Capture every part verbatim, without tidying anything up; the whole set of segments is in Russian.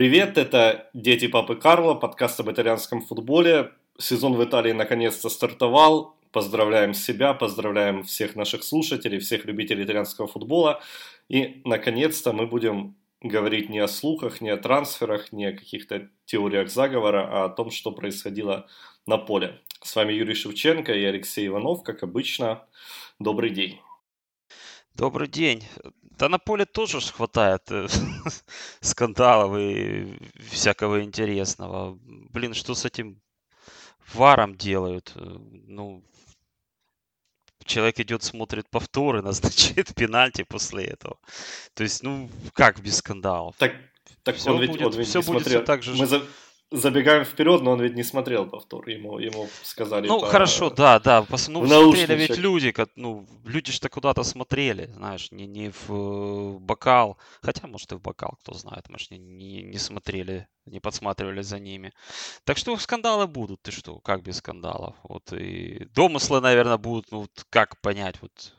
Привет, это «Дети папы Карло», подкаст об итальянском футболе. Сезон в Италии наконец-то стартовал. Поздравляем себя, поздравляем всех наших слушателей, всех любителей итальянского футбола. И наконец-то мы будем говорить не о слухах, не о трансферах, не о каких-то теориях заговора, а о том, что происходило на поле. С вами Юрий Шевченко и Алексей Иванов, как обычно. Добрый день. Добрый день. Да на поле тоже ж хватает э, скандалов и всякого интересного. Блин, что с этим варом делают? Э, Ну, человек идет, смотрит повторы, назначает пенальти после этого. То есть, ну, как без скандалов? Так, так Все он ведь, будет, он ведь все не будет все смотрел. так же. Мы ж- за- забегаем вперед, но он ведь не смотрел повтор. Ему, ему сказали Ну, по... хорошо, да, да. пос- Ну, в смотрели ведь наушничек. люди, ка- ну, люди что куда-то смотрели, знаешь, не, не в э, бокал. Хотя, может, и в бокал, кто знает, может, не, не, не смотрели, не подсматривали за ними. Так что скандалы будут, ты что, как без скандалов? Вот и домыслы, наверное, будут, ну, вот как понять, вот,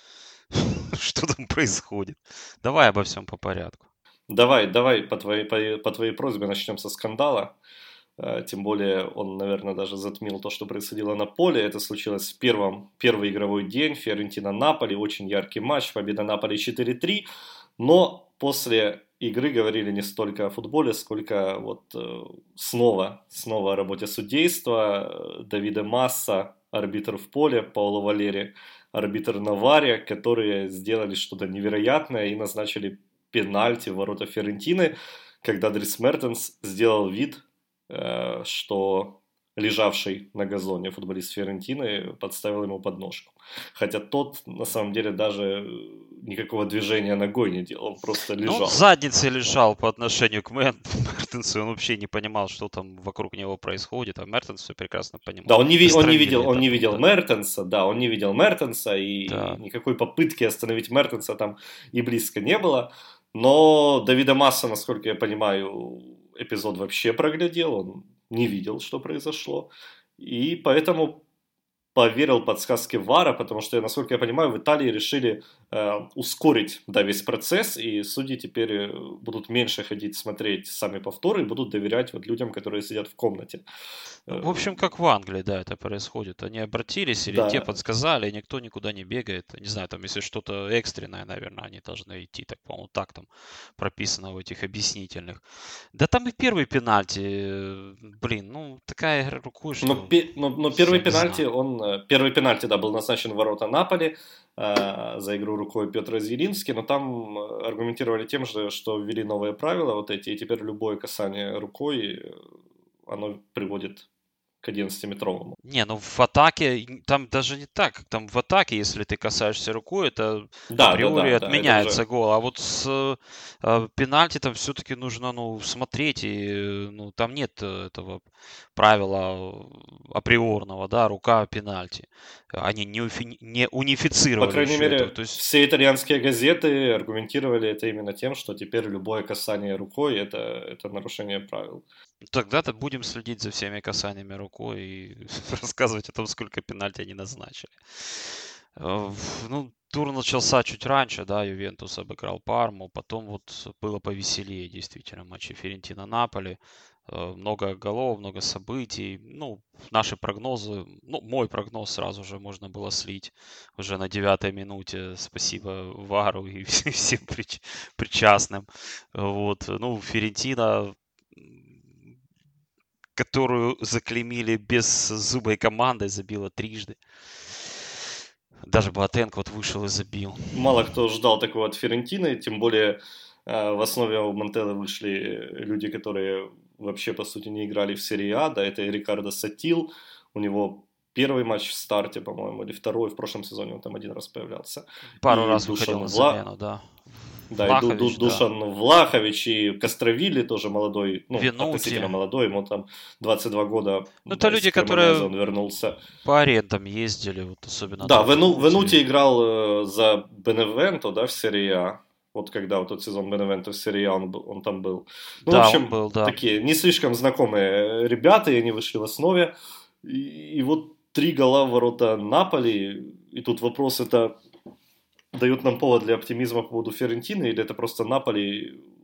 что там происходит. Давай обо всем по порядку. Давай, давай по твоей, по, по твоей просьбе начнем со скандала. Э, Тем более он, наверное, даже затмил то, что происходило на поле. Это случилось в первом, первый игровой день. Фиорентина-Наполи, очень яркий матч, победа Наполи четыре три. Но после игры говорили не столько о футболе, сколько вот э, снова, снова о работе судейства. Э, Давиде Масса, арбитр в поле, Паоло Валери, арбитр на варе, которые сделали что-то невероятное и назначили пенальти в ворота Фиорентины, когда Дрис Мертенс сделал вид, э, что лежавший на газоне футболист Фиорентины подставил ему подножку. Хотя тот, на самом деле, даже никакого движения ногой не делал, он просто Ну, лежал. он в заднице лежал по отношению к Мер- Мертенсу, он вообще не понимал, что там вокруг него происходит, а Мертенс все прекрасно понимал. Да, он не, ви- он не видел, Костромили он это не был, видел да. Мертенса, да, он не видел Мертенса, и Да. никакой попытки остановить Мертенса там и близко не было. Но Давида Масса, насколько я понимаю, эпизод вообще проглядел, он не видел, что произошло. И поэтому поверил подсказке ВАРа, потому что, насколько я понимаю, в Италии решили э, ускорить, да, весь процесс, и судьи теперь э, будут меньше ходить смотреть сами повторы и будут доверять вот людям, которые сидят в комнате. Ну, Э, в общем, как в Англии, да, это происходит. Они обратились или те да, подсказали, и никто никуда не бегает. Не знаю, там, если что-то экстренное, наверное, они должны идти. Так, по-моему, так там прописано в этих объяснительных. Да там и первый пенальти, э, блин, ну, такая игра рукой, Но, что пе- но, но первый я не пенальти, знаю. он, э, первый пенальти, да, был назначен в ворота Наполи э, за игру рукой Петра Зелински, но там э, аргументировали тем, же, что ввели новые правила вот эти, и теперь любое касание рукой, э, оно приводит к одиннадцатиметровому. Не, ну в атаке, н- там даже не так. Там в атаке, если ты касаешься рукой, это Да, да, априори да, да, это отменяется уже... гол. А вот с э, э, пенальти там все-таки нужно, ну, смотреть. И, э, ну, там нет э, этого правила э, априорного, да, рука пенальти. Они не, уфи- не По унифицировали крайней еще этого. мере, То есть, все итальянские газеты аргументировали это именно тем, что теперь любое касание рукой это, это нарушение правил. тогда-то будем следить за всеми касаниями рукой и рассказывать о том, сколько пенальти они назначили. Э, в- Ну, тур начался чуть раньше, да, Ювентус обыграл Парму, потом вот было повеселее, действительно, матчи Фиорентина-Наполи. Э, Много голов, много событий. Ну, наши прогнозы, ну, мой прогноз сразу же можно было слить уже на девятой минуте. Спасибо Вару и всем прич- причастным. Вот, ну, Фиорентина, м, которую заклеймили без зубой командой, забила трижды. Даже Боатенко вот вышел и забил. Мало кто ждал такого от Фиорентины, тем более э, в основе у Монтелло вышли люди, которые вообще, по сути, не играли в серии А, да, это и Рикардо Сатил, у него первый матч в старте, по-моему, или второй, в прошлом сезоне он там один раз появлялся, Пару и раз выходил Душан на Вла... замену, да. Да, и Ду- Ду- Влахович, да. Душан Влахович, и Кастровилли тоже молодой, ну, Винути. относительно молодой, ему там двадцать два года Ну, это из люди, Кремонезе которые он вернулся. по арендам ездили, вот особенно Да, там Вену, Винути. Венути играл э, за Беневенто, да, в серии А. Вот когда вот тот сезон Беневенто в серии А, он, был- он там был. Ну, в Да, он общем, был, да. такие не слишком знакомые ребята, и они вышли в основе. И, и вот три гола в ворота Наполи. И тут вопрос, это дает нам повод для оптимизма по поводу Фиорентины, или это просто Наполи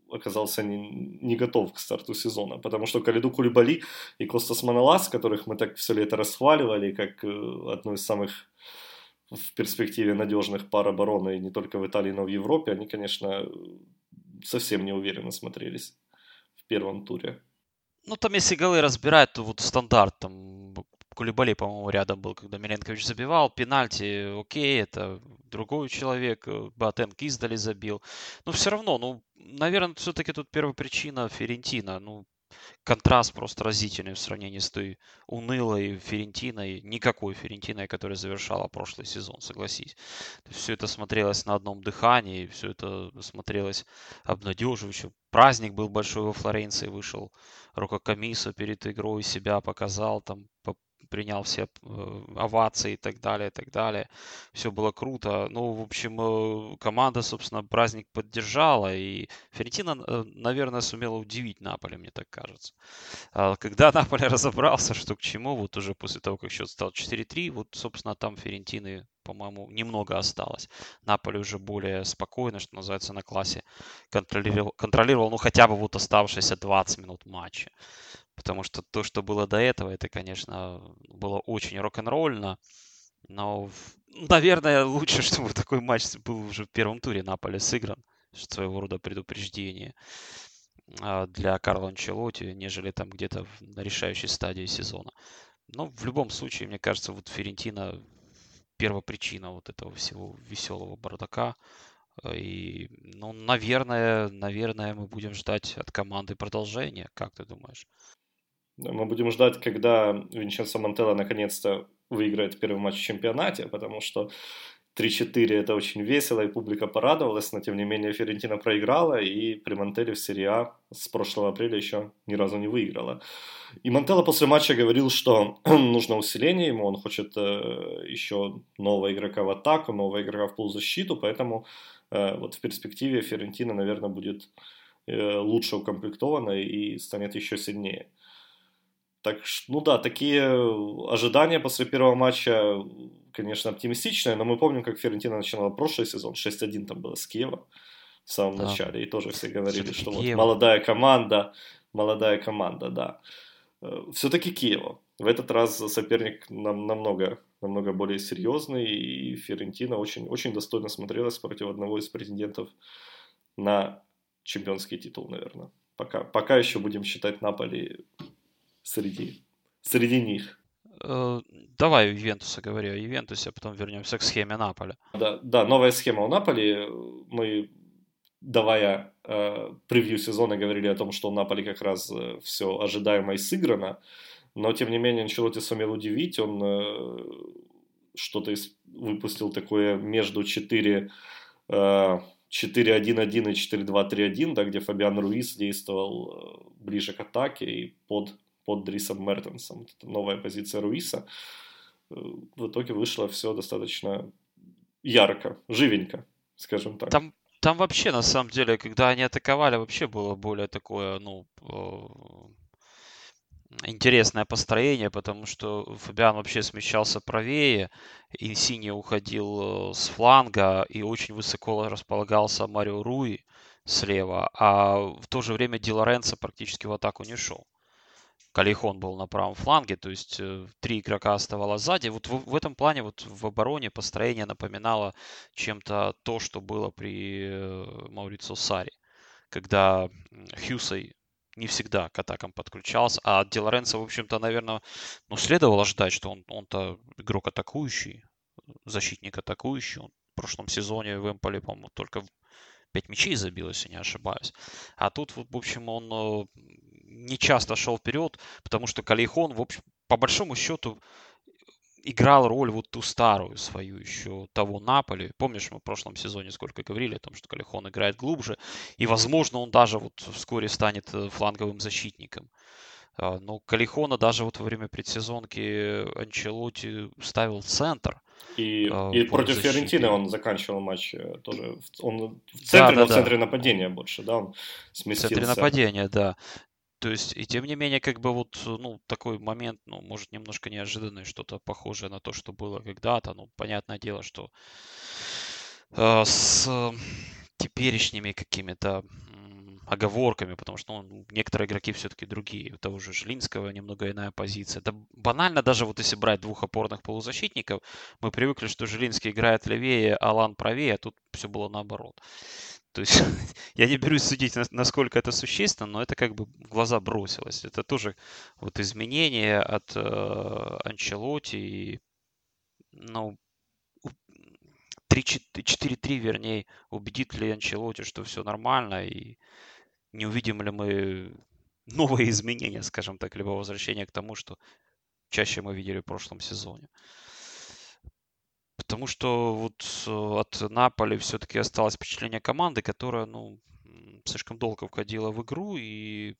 оказался не, не готов к старту сезона, потому что Калиду Кулибали и Костас Манолас, которых мы так все лето расхваливали, как э, одну из самых в перспективе надежных пар обороны не только в Италии, но и в Европе, они, конечно, совсем неуверенно смотрелись в первом туре. Ну, там если голы разбирать, то вот стандарт, там Кулибали, по-моему, рядом был, когда Миленкович забивал. Пенальти, окей, это другой человек. Боатенг издали забил. Но все равно, ну, наверное, все-таки тут первопричина Фиорентина. Ну, контраст просто разительный в сравнении с той унылой Фиорентиной, никакой Фиорентиной, которая завершала прошлый сезон, согласись. Все это смотрелось на одном дыхании, все это смотрелось обнадеживающе. Праздник был большой во Флоренции, вышел Рокко-Камисо перед игрой, себя показал, там принял все э, овации и так далее, и так далее. Все было круто. Ну, в общем, э, команда, собственно, праздник поддержала, и Фиорентина, э, наверное, сумела удивить Наполе, мне так кажется. А когда Наполе разобрался, что к чему, вот уже после того, как счет стал четыре три, вот, собственно, там Фиорентины, по-моему, немного осталось. Наполе уже более спокойно, что называется, на классе контролировал, контролировал ну, хотя бы вот оставшиеся двадцать минут матча. Потому что то, что было до этого, это, конечно, было очень рок-н-ролльно. Но, наверное, лучше, чтобы такой матч был уже в первом туре Наполе сыгран. Своего рода предупреждение для Карло Анчелотти, нежели там где-то на решающей стадии сезона. Но в любом случае, мне кажется, вот Фиорентина первопричина вот этого всего веселого бардака. И, ну, наверное, наверное, мы будем ждать от команды продолжения. Как ты думаешь? Мы будем ждать, когда Винченцо Монтелло наконец-то выиграет первый матч в чемпионате, потому что три четыре это очень весело, и публика порадовалась, но тем не менее Фиорентина проиграла, и при Монтелле в серии А с прошлого апреля еще ни разу не выиграла. И Монтелло после матча говорил, что нужно усиление ему, он хочет э, еще нового игрока в атаку, нового игрока в полузащиту, поэтому э, вот в перспективе Фиорентина, наверное, будет э, лучше укомплектована и станет еще сильнее. Так, ну да, такие ожидания после первого матча, конечно, оптимистичные, но мы помним, как Фиорентина начинала прошлый сезон, шесть один там было с Киева в самом да. начале, и тоже все говорили, все-таки что Киева. Вот молодая команда, молодая команда, да. Все-таки Киева. В этот раз соперник нам, намного, намного более серьезный, и Фиорентина очень, очень достойно смотрелась против одного из претендентов на чемпионский титул, наверное. Пока, пока еще будем считать Наполи среди, среди них. Давай о Ювентусе говори, о Ювентусе, а потом вернемся к схеме Наполя. Да, да, новая схема у Наполи. Мы, давая э, превью сезона, говорили о том, что у Наполи как раз э, все ожидаемо и сыграно, но тем не менее Анчелотти сумел удивить, он э, что-то из, выпустил такое между четыре один один и четыре два три один, да, где Фабиан Руис действовал э, ближе к атаке и под под Дрисом Мертенсом. Это новая позиция Руиса. В итоге вышло все достаточно ярко, живенько, скажем так. Там, там вообще, на самом деле, когда они атаковали, вообще было более такое, ну, интересное построение, потому что Фабиан вообще смещался правее, Инсини уходил с фланга, и очень высоко располагался Марио Руи слева, а в то же время Ди Лоренцо практически в атаку не шел. Калейхон был на правом фланге, то есть э, три игрока оставалось сзади. Вот в, в этом плане вот в обороне построение напоминало чем-то то, что было при э, Маурицио Сарри, когда Хьюсей не всегда к атакам подключался, а Ди Лоренцо, в общем-то, наверное, ну, следовало ждать, что он, он-то игрок атакующий, защитник атакующий. Он в прошлом сезоне в Эмполе, по-моему, только пять мячей забил, если не ошибаюсь. А тут, в общем, он не часто шел вперед, потому что Калейхон, в общем, по большому счету, играл роль вот ту старую свою еще того Наполи. Помнишь, мы в прошлом сезоне сколько говорили о том, что Калейхон играет глубже, и, возможно, он даже вот вскоре станет фланговым защитником. Но Калейхона даже вот во время предсезонки Анчелотти ставил в центр. И, и против Фиорентины он заканчивал матч тоже. Он в центре, да, да, но в центре да. нападения больше, да, он сместился. В центре нападения, да. То есть, и тем не менее, как бы вот, ну, такой момент, ну, может, немножко неожиданный, что-то похожее на то, что было когда-то. Ну, понятное дело, что э, с теперешними какими-то оговорками, потому что ну, некоторые игроки все-таки другие. У того же Жилинского немного иная позиция. Это банально, даже вот если брать двух опорных полузащитников, мы привыкли, что Жилинский играет левее, Алан правее, а тут все было наоборот. То есть я не берусь судить, насколько это существенно, но это как бы в глаза бросилось. Это тоже вот изменение от э, Анчелотти. И, ну, четыре три, вернее, убедит ли Анчелотти, что все нормально, и не увидим ли мы новые изменения, скажем так, либо возвращение к тому, что чаще мы видели в прошлом сезоне. Потому что вот от Наполи все-таки осталось впечатление команды, которая, ну, слишком долго входила в игру, и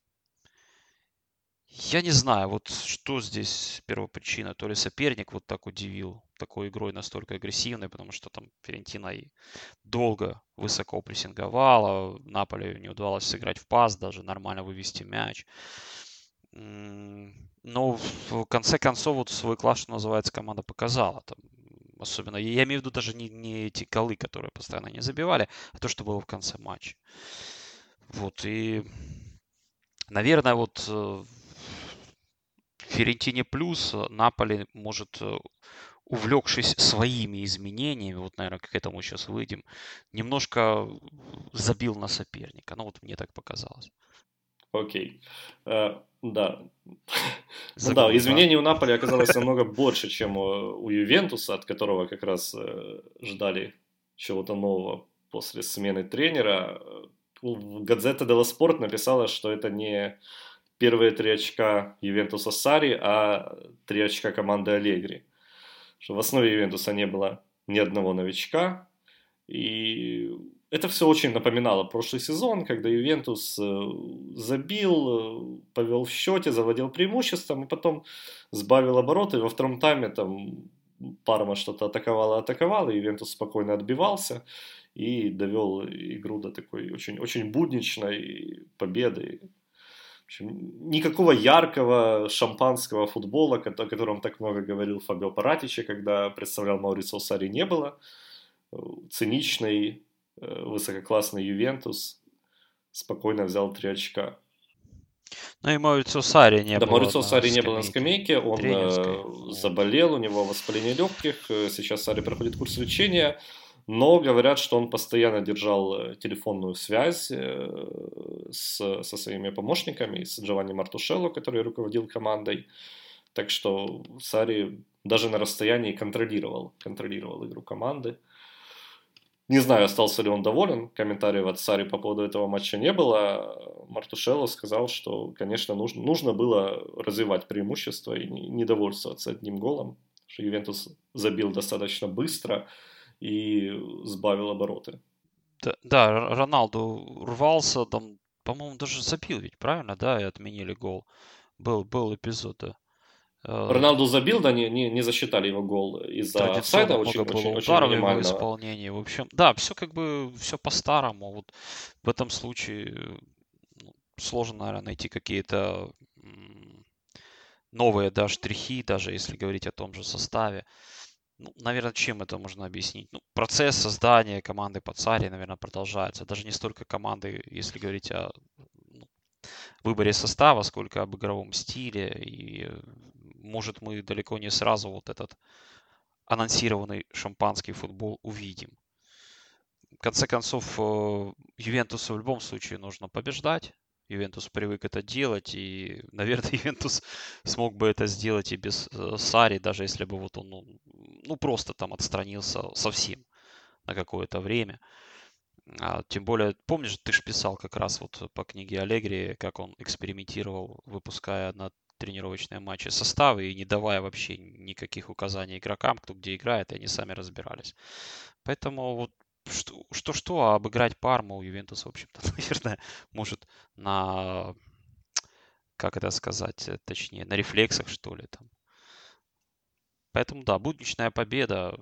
я не знаю, вот что здесь первопричина. То ли соперник вот так удивил такой игрой настолько агрессивной, потому что там Фиорентина и долго высоко прессинговала, Наполе не удавалось сыграть в пас, даже нормально вывести мяч. Но в конце концов вот свой класс, что называется, команда показала. Там, особенно, я имею в виду даже не, не эти голы, которые постоянно не забивали, а то, что было в конце матча. Вот, и, наверное, вот Фиорентине плюс, Наполи может, увлекшись своими изменениями, вот, наверное, к этому сейчас выйдем, немножко забил на соперника. Ну, вот мне так показалось. Окей. Uh, да. Ну да, Забыл, изменений да? у Наполи оказалось намного больше, чем у, у Ювентуса, от которого как раз э, ждали чего-то нового после смены тренера. Газета дело Спорт написала, что это не первые три очка Ювентуса Сарри, а три очка команды Аллегри. Что в основе Ювентуса не было ни одного новичка. И это все очень напоминало прошлый сезон, когда Ювентус забил, повел в счете, завладел преимуществом, и потом сбавил обороты. Во втором тайме там Парма что-то атаковала, атаковала, и Ювентус спокойно отбивался и довел игру до такой очень, очень будничной победы. В общем, никакого яркого шампанского футбола, о котором так много говорил Фабио Паратичи, когда представлял Маурицио Сарри, не было. Циничный, высококлассный Ювентус спокойно взял три очка. Ну и Маурицио Сарри не да, было Маурицио на Сарри не было на скамейке скамейке, он тренерской. э, Вот. заболел, у него воспаление легких, сейчас Сарри проходит курс лечения, но говорят, что он постоянно держал телефонную связь э, с, со своими помощниками, с Джованни Мартушелло, который руководил командой, так что Сарри даже на расстоянии контролировал, контролировал игру команды. Не знаю, остался ли он доволен. Комментариев от Сарри по поводу этого матча не было. Мартушелло сказал, что, конечно, нужно, нужно было развивать преимущество и не, не довольствоваться одним голом. Что Ювентус забил достаточно быстро и сбавил обороты. Да, да, Роналду рвался, там, по-моему, даже забил ведь, правильно, да, и отменили гол. Был, был эпизод, да. Роналду забил, да, не, не, не засчитали его гол из-за офсайда Традиционно много очень, было очень, очень ударов в его минимального. исполнении. В общем, да, все как бы, все по-старому. Вот в этом случае ну, сложно, наверное, найти какие-то новые, да, штрихи, даже если говорить о том же составе. Ну, наверное, чем это можно объяснить? Ну, процесс создания команды под Сарри, наверное, продолжается. Даже не столько команды, если говорить о ну, выборе состава, сколько об игровом стиле. И, может, мы далеко не сразу вот этот анонсированный шампанский футбол увидим. В конце концов, Ювентусу в любом случае нужно побеждать. Ювентус привык это делать, и, наверное, Ювентус смог бы это сделать и без Сарри, даже если бы вот он, ну, ну просто там отстранился совсем на какое-то время. А, тем более, помнишь, ты же писал как раз вот по книге Аллегри, как он экспериментировал, выпуская на тренировочные матчи составы и не давая вообще никаких указаний игрокам, кто где играет, и они сами разбирались. Поэтому вот что-что, а обыграть Парму у Ювентуса, в общем-то, наверное, может на, как это сказать, точнее, на рефлексах, что ли, там. Поэтому, да, будничная победа.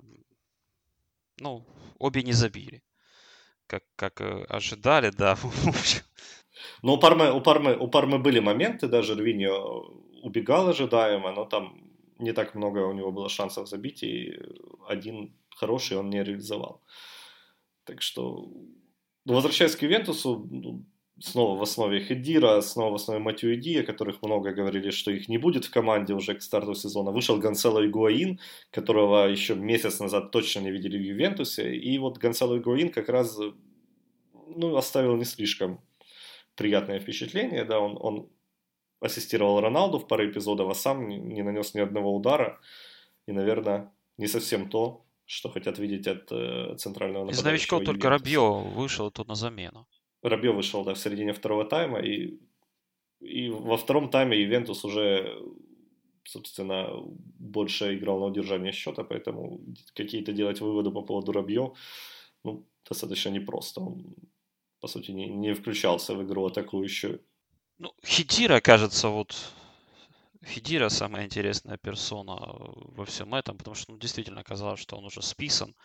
Ну, обе не забили. Как, как ожидали, да. Но у Пармы, у, Пармы, у Пармы были моменты, даже Рвиньо убегал ожидаемо, но там не так много у него было шансов забить, и один хороший он не реализовал. Так что, возвращаясь к Ювентусу, снова в основе Хедира, снова в основе Матью Ди, о которых много говорили, что их не будет в команде уже к старту сезона. Вышел Гонсало Игуаин, которого еще месяц назад точно не видели в Ювентусе. И вот Гонсало Игуаин как раз, ну, оставил не слишком приятное впечатление. Да, он, он ассистировал Роналду в паре эпизодов, а сам не, не нанес ни одного удара. И, наверное, не совсем то, что хотят видеть от э, центрального Из нападающего новичков только Ювентуса. Рабье вышел тут на замену. Рабье вышел, да, в середине второго тайма, и, и во втором тайме Ювентус уже, собственно, больше играл на удержание счета, поэтому какие-то делать выводы по поводу Рабье, ну, достаточно непросто. Он, по сути, не, не включался в игру атакующую. Ну, Хидира, кажется, вот Хидира самая интересная персона во всем этом, потому что ну, действительно оказалось, что он уже списан.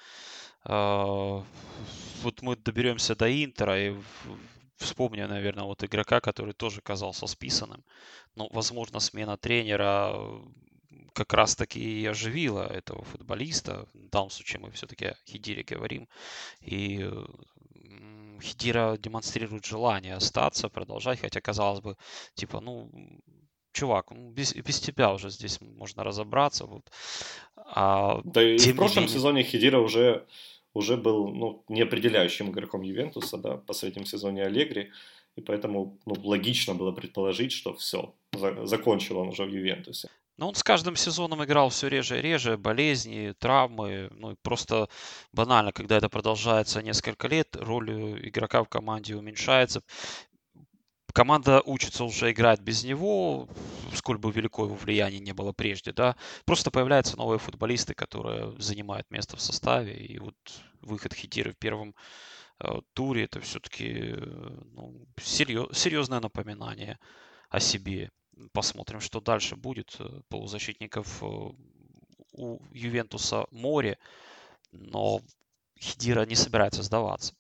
А, Вот мы доберемся до Интера и в- вспомню, наверное, вот игрока, который тоже казался списанным. Но, возможно, смена тренера э, как раз-таки и оживила этого футболиста. В данном случае мы все-таки о Хидире говорим. И э, м, Хидира демонстрирует желание остаться, продолжать, хотя, казалось бы, типа, ну, чувак, ну, без, без тебя уже здесь можно разобраться. Вот. А Да и в тем не прошлом менее, сезоне Хидира уже, уже был, ну, неопределяющим игроком Ювентуса, да, в последнем сезоне Аллегри, и поэтому, ну, логично было предположить, что все, за, закончил он уже в Ювентусе. но он с каждым сезоном играл все реже и реже, болезни, травмы, ну и просто банально, когда это продолжается несколько лет, роль э, игрока в команде уменьшается. Команда учится уже играть без него, сколь бы велико его влияние не было прежде, да. Просто появляются новые футболисты, которые занимают место в составе, и вот выход Хитиры в первом э, туре это все-таки ну, серьез, серьезное напоминание о себе. Посмотрим, что дальше будет. Э, Полузащитников э, у Ювентуса море, но Хидира не собирается сдаваться.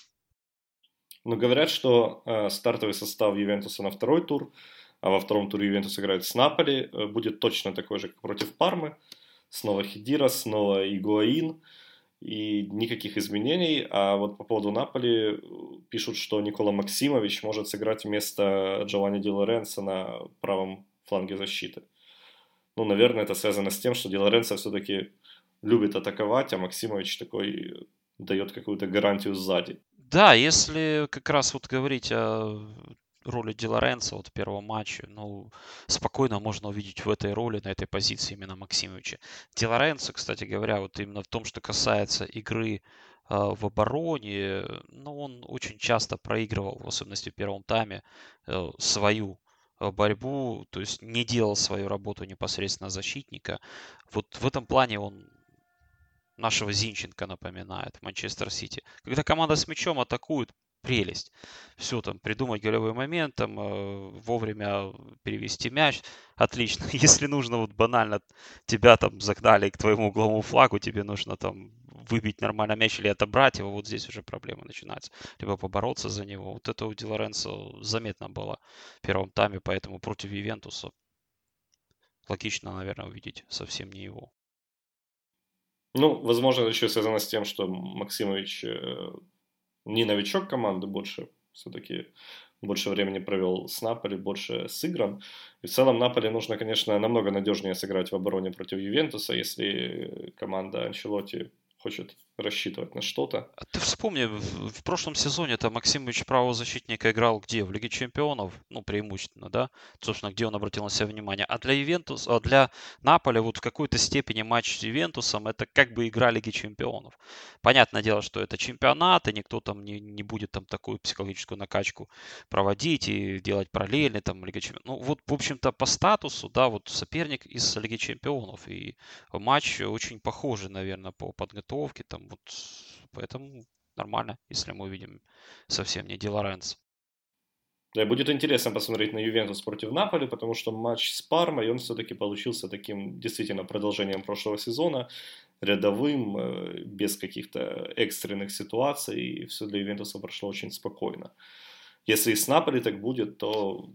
Но говорят, что э, стартовый состав Ювентуса на второй тур, а во втором туре Ювентус играет с Наполи, э, будет точно такой же, как против Пармы. Снова Хидира, снова Игуаин, и никаких изменений. А вот по поводу Наполи пишут, что Никола Максимович может сыграть вместо Джованни Ди Лоренцо на правом фланге защиты. Ну, наверное, это связано с тем, что Ди Лоренцо все-таки любит атаковать, а Максимович такой дает какую-то гарантию сзади. Да, если как раз вот говорить о роли Ди Лоренцо вот в первом матче, ну, спокойно можно увидеть в этой роли, на этой позиции именно Максимовича. Ди Лоренцо, кстати говоря, вот именно в том, что касается игры э, в обороне, ну, он очень часто проигрывал, в особенности в первом тайме, э, свою э, борьбу, то есть не делал свою работу непосредственно защитника. Вот в этом плане он нашего Зинченко напоминает в Манчестер Сити. Когда команда с мячом атакует, прелесть. Все там, придумать голевой момент, там, э, вовремя перевести мяч, отлично. Если нужно, вот банально, тебя там загнали к твоему угловому флагу, тебе нужно там выбить нормально мяч или отобрать его, вот здесь уже проблема начинается. Либо побороться за него. Вот это у Ди Лоренцо заметно было в первом тайме, поэтому против Ювентуса логично, наверное, увидеть совсем не его. Ну, возможно, это еще связано с тем, что Максимович э, не новичок команды, больше все-таки больше времени провел с Наполи, больше сыгран. И в целом Наполи нужно, конечно, намного надежнее сыграть в обороне против Ювентуса, если команда Анчелотти хочет рассчитывать на что-то. А ты вспомни, в, в прошлом сезоне это Максимович правого защитника играл где? В Лиге Чемпионов, ну, преимущественно, да? Собственно, где он обратил на себя внимание. А для Ювентуса, а для Наполя вот в какой-то степени матч с Ювентусом это как бы игра Лиги Чемпионов. Понятное дело, что это чемпионат, и никто там не, не будет там такую психологическую накачку проводить и делать параллельно там Лига Чемпионов. Ну, вот, в общем-то, по статусу, да, вот соперник из Лиги Чемпионов. И матч очень похожий, наверное, по подготовке, там вот. Поэтому нормально, если мы увидим совсем не Ди Лоренцо. Да, будет интересно посмотреть на Ювентус против Наполи, потому что матч с Пармой, он все-таки получился таким действительно продолжением прошлого сезона, рядовым, э, без каких-то экстренных ситуаций, и все для Ювентуса прошло очень спокойно. Если и с Наполи так будет, то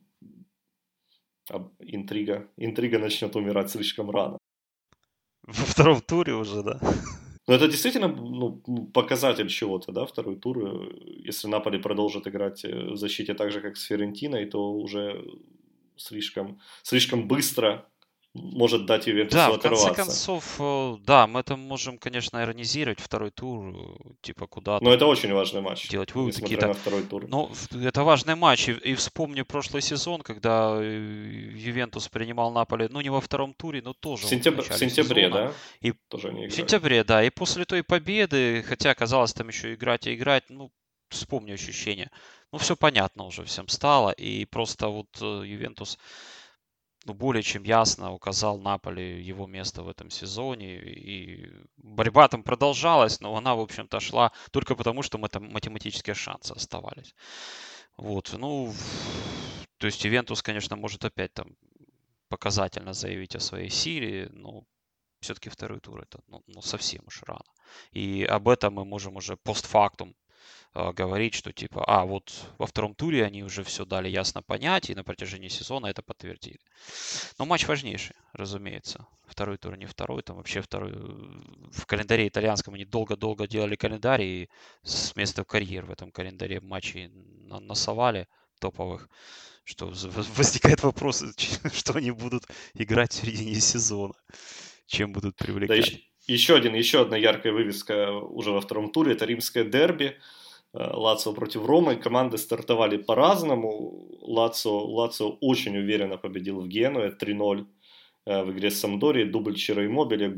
интрига, интрига начнет умирать слишком рано. Во втором туре уже, да? Но это действительно ну, показатель чего-то, да, второй тур. Если Наполи продолжит играть в защите так же, как с Фиорентиной, то уже слишком, слишком быстро может дать Ювентусу Да, в конце оторваться. концов, э, да, мы это можем, конечно, иронизировать второй тур, э, типа куда Но там это очень важный матч, делать выводы несмотря какие-то. на второй тур. Но в- это важный матч. И, и вспомню прошлый сезон, когда э, Ювентус принимал Наполи, ну не во втором туре, но В, тоже вот в сентяб... в начале сентябре, сезона. да, И тоже они в играли. сентябре, да. И после той победы, хотя казалось там еще играть и играть, ну, вспомню ощущения. Ну, все понятно уже всем стало. И просто вот э, Ювентус ну, более чем ясно указал Наполи его место в этом сезоне. И борьба там продолжалась, но она, в общем-то, шла только потому, что мы там математические шансы оставались. Вот, ну, то есть Ивентус, конечно, может опять там показательно заявить о своей силе, но все-таки второй тур это ну, ну, совсем уж рано. И об этом мы можем уже постфактум э, говорить, что типа, а вот во втором туре они уже все дали ясно понять, и на протяжении сезона это подтвердили. Но матч важнейший, разумеется. Второй тур не второй, там вообще второй... В календаре итальянском они долго-долго делали календарь, и с места в карьер в этом календаре матчей насовали топовых, что возникает вопрос, что они будут играть в середине сезона, чем будут Да, привлекать. еще, еще, один, еще одна яркая вывеска уже во втором туре – это римское дерби. Лацио против Ромы. Команды стартовали по-разному. Лацио, Лацио очень уверенно победил в Генуе три ноль в игре с Самдорией. Дубль Чиро Иммобиле,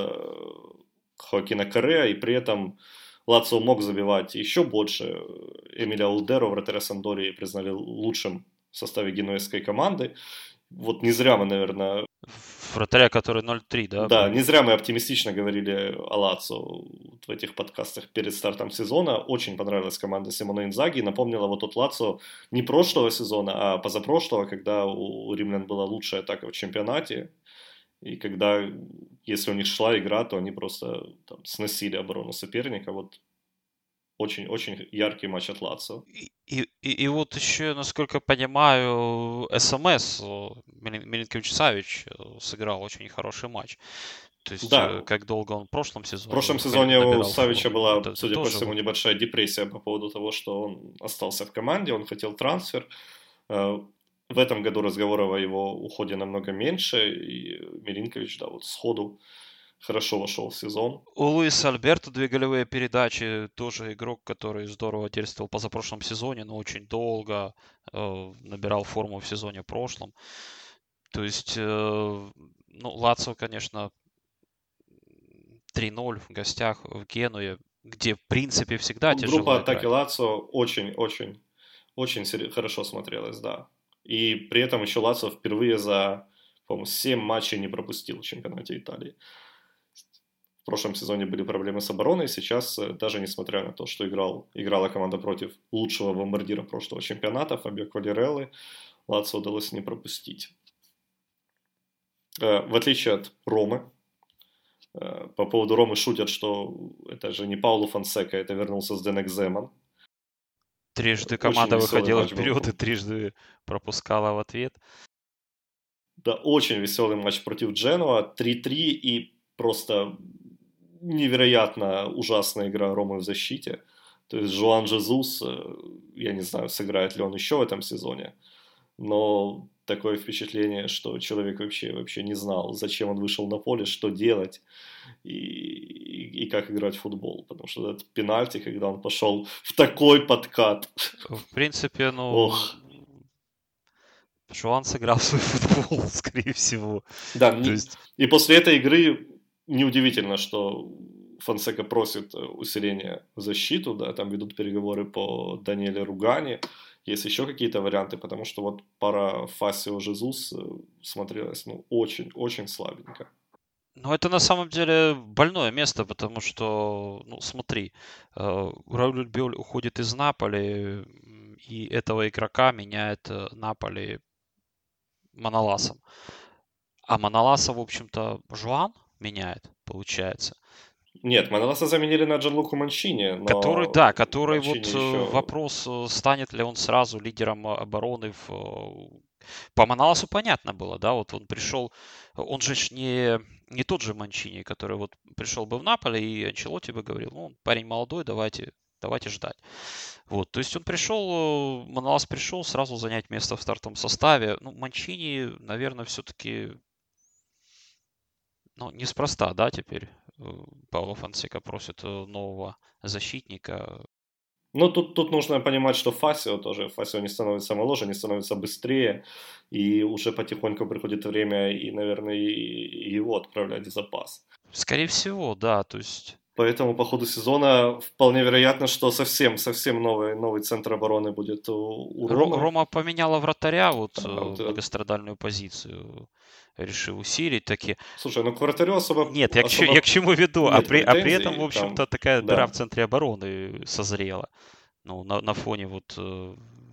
гол Хоакина Корреа. И при этом Лацио мог забивать еще больше. Эмилио Алдеро, вратаря Самдории, признали лучшим в составе генуэзской команды. Вот не зря мы, наверное... Вратаря, который ноль три, да? Да, был? не зря мы оптимистично говорили о Лацио в этих подкастах перед стартом сезона. Очень понравилась команда Симона Инзаги. Напомнила вот тот Лацио не прошлого сезона, а позапрошлого, когда у римлян была лучшая атака в чемпионате. И когда, если у них шла игра, то они просто там, сносили оборону соперника. Вот очень-очень яркий матч от Лацио. И, и, и, и вот еще, насколько понимаю, СМС Милинкович Савич сыграл очень хороший матч. То есть, Да, как долго он в прошлом сезоне в прошлом в сезоне у набирал Савича форму. была, Это, это судя по всему, вот... небольшая депрессия по поводу того, что он остался в команде, он хотел трансфер. В этом году разговоров о его уходе намного меньше, и Милинкович, да, вот сходу хорошо вошел в сезон. У Луиса Альберто две голевые передачи, тоже игрок, который здорово действовал позапрошлом сезоне, но очень долго э, набирал форму в сезоне прошлом. То есть, э, ну, Лацио, конечно, три ноль в гостях в Генуе, где, в принципе, всегда Ну, тяжело группа атаки играть. Лацио очень-очень очень хорошо смотрелась, да. И при этом еще Лацио впервые за, по-моему, семь матчей не пропустил в чемпионате Италии. В прошлом сезоне были проблемы с обороной, сейчас, даже несмотря на то, что играл, играла команда против лучшего бомбардира прошлого чемпионата, Фабио Кваляреллы, Лацио удалось не пропустить. В отличие от Ромы, по поводу Ромы шутят, что это же не Пауло Фонсека, это вернулся с Денек Земан. Трижды команда очень выходила матч вперед был. и трижды пропускала в ответ. Да, очень веселый матч против Дженуа. три-три и просто невероятно ужасная игра Ромы в защите. То есть Жуан Жезус, я не знаю, сыграет ли он еще в этом сезоне, но такое впечатление, что человек вообще, вообще не знал, зачем он вышел на поле, что делать и, и, и как играть в футбол. Потому что этот пенальти, когда он пошел в такой подкат. В принципе, ну, Ох. Жуан сыграл свой футбол, скорее всего. Да, То не... есть... и после этой игры неудивительно, что Фонсека просит усиления в защиту, да, там ведут переговоры по Даниэле Ругани, есть еще какие-то варианты, потому что вот пара Фасио Жезус смотрелась, ну, очень-очень слабенько. Ну, это на самом деле больное место, потому что, ну, смотри, Рауль Альбиоль уходит из Наполи, и этого игрока меняет Наполи Маноласом. А Маноласа, в общем-то, Жуан меняет, получается. Нет, Маноласа заменили на Джанлуку Манчини, но... Который, да, который Манчини вот еще... вопрос, станет ли он сразу лидером обороны в По Маналасу понятно было, да, вот он пришел, он же ж не, не тот же Манчини, который вот пришел бы в Наполе, и Анчелотти бы говорил, ну, парень молодой, давайте, давайте ждать. Вот, то есть он пришел, Маналас пришел сразу занять место в стартовом составе. Ну, Манчини, наверное, все-таки, ну, неспроста, да, теперь э, Пауло Фонсека просит э, нового защитника. Ну, тут, тут нужно понимать, что Фасио тоже, Фасио не становится моложе, не становится быстрее, и уже потихоньку приходит время, и, наверное, и его отправлять в запас. Скорее всего, да, то есть... Поэтому по ходу сезона вполне вероятно, что совсем, совсем новый, новый центр обороны будет у, у Ромы. Рома поменяла вратаря, вот, а, вот многострадальную позицию решил усилить таки. Слушай, ну к вратарю особо... Нет, я, особо к, я к чему веду, а при, а при этом, в там, общем-то, такая да. дыра в центре обороны созрела. Ну, на, на фоне вот... Э,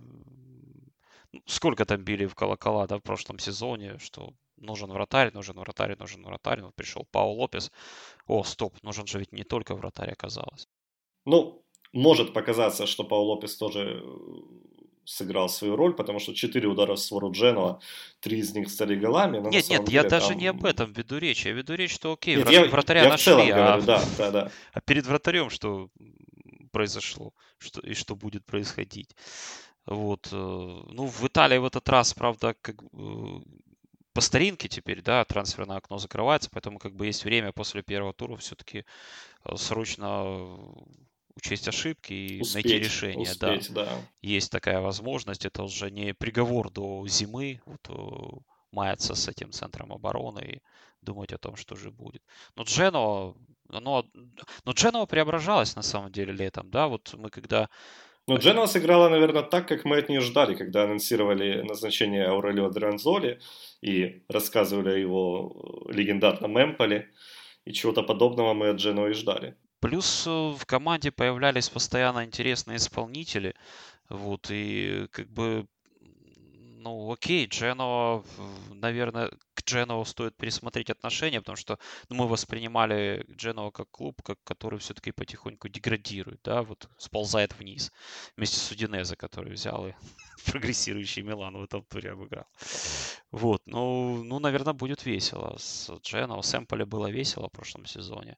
сколько там били в колокола, да, в прошлом сезоне, что нужен вратарь, нужен вратарь, нужен вратарь. Вот пришел Пау Лопес. О, стоп, нужен же ведь не только вратарь оказалось. Ну, может показаться, что Пау Лопес тоже сыграл свою роль, потому что четыре удара с ворот Дженуа, три из них стали голами. Но нет, на нет, деле, я даже там... не об этом веду речь. Я веду речь, что окей, нет, врат... я, вратаря я нашли, в целом а... говорю, да, да, да. а перед вратарем что произошло что... и что будет происходить. Вот. Ну, в Италии в этот раз, правда, как по старинке теперь, да, трансферное окно закрывается, поэтому как бы есть время после первого тура все-таки срочно учесть ошибки и успеть, найти решение. Успеть, да. да. Есть такая возможность. Это уже не приговор до зимы, вот, маяться с этим центром обороны и думать о том, что же будет. Но Дженоа, но, но Дженоа преображалась на самом деле летом, да, вот мы когда... Ну, Дженоа сыграла, наверное, так, как мы от нее ждали, когда анонсировали назначение Аурелио Дранзоли и рассказывали о его легендарном Эмполе, и чего-то подобного мы от Дженоа и ждали. Плюс в команде появлялись постоянно интересные исполнители, вот, и как бы, ну, окей, Дженоа, наверное, к Дженоа стоит пересмотреть отношения, потому что ну, мы воспринимали Дженоа как клуб, как, который все-таки потихоньку деградирует, да, вот сползает вниз, вместе с Удинезе, который взял и прогрессирующий Милан в этом туре обыграл. Вот, ну, ну, наверное, будет весело с Дженоа, с Эмполи было весело в прошлом сезоне.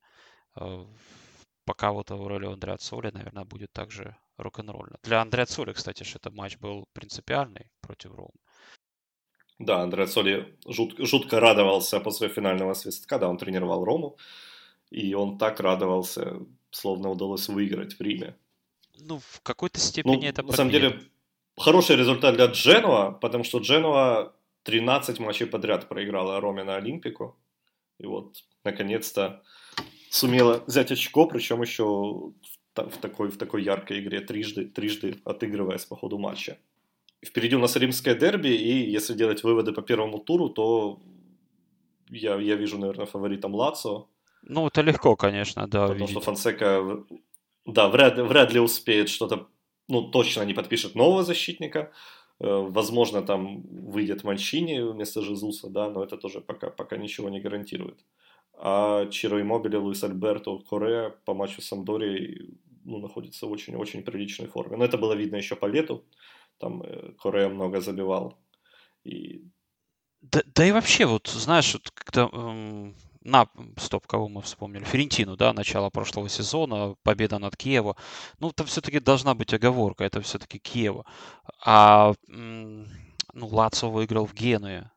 Пока вот Аурелио Андреацоли, наверное, будет также рок-н-ролльно. Для Андреацоли, кстати, же этот матч был принципиальный против Ромы. Да, Андреацоли жут, жутко радовался после финального свистка, когда он тренировал Рому. И он так радовался, словно удалось выиграть в Риме. Ну, в какой-то степени ну, это на самом победа. деле, хороший результат для Дженуа, потому что Дженуа тринадцать матчей подряд проиграла Роме на Олимпику. И вот, наконец-то, сумела взять очко, причем еще в такой, в такой яркой игре, трижды, трижды отыгрываясь по ходу матча. Впереди у нас римское дерби, и если делать выводы по первому туру, то я, я вижу, наверное, фаворитом Лацио. Ну, это легко, конечно, да, Потому видеть. что Фонсека, да, вряд, вряд ли успеет что-то, ну, точно не подпишет нового защитника. Возможно, там выйдет Манчини вместо Жезуса, да, но это тоже пока, пока ничего не гарантирует. А Чиро Иммобиле, Луис Альберто, Корреа по матчу с Самдорией, ну, находится в очень-очень приличной форме. Но это было видно еще по лету. Там Корреа много забивал. И... Да, да и вообще, вот, знаешь, вот, когда... Эм... На, стоп, кого мы вспомнили? Ферентину, да, начало прошлого сезона, победа над Киевом. Ну, там все-таки должна быть оговорка, это все-таки Киево. А, ну, Лацио выиграл в Генуе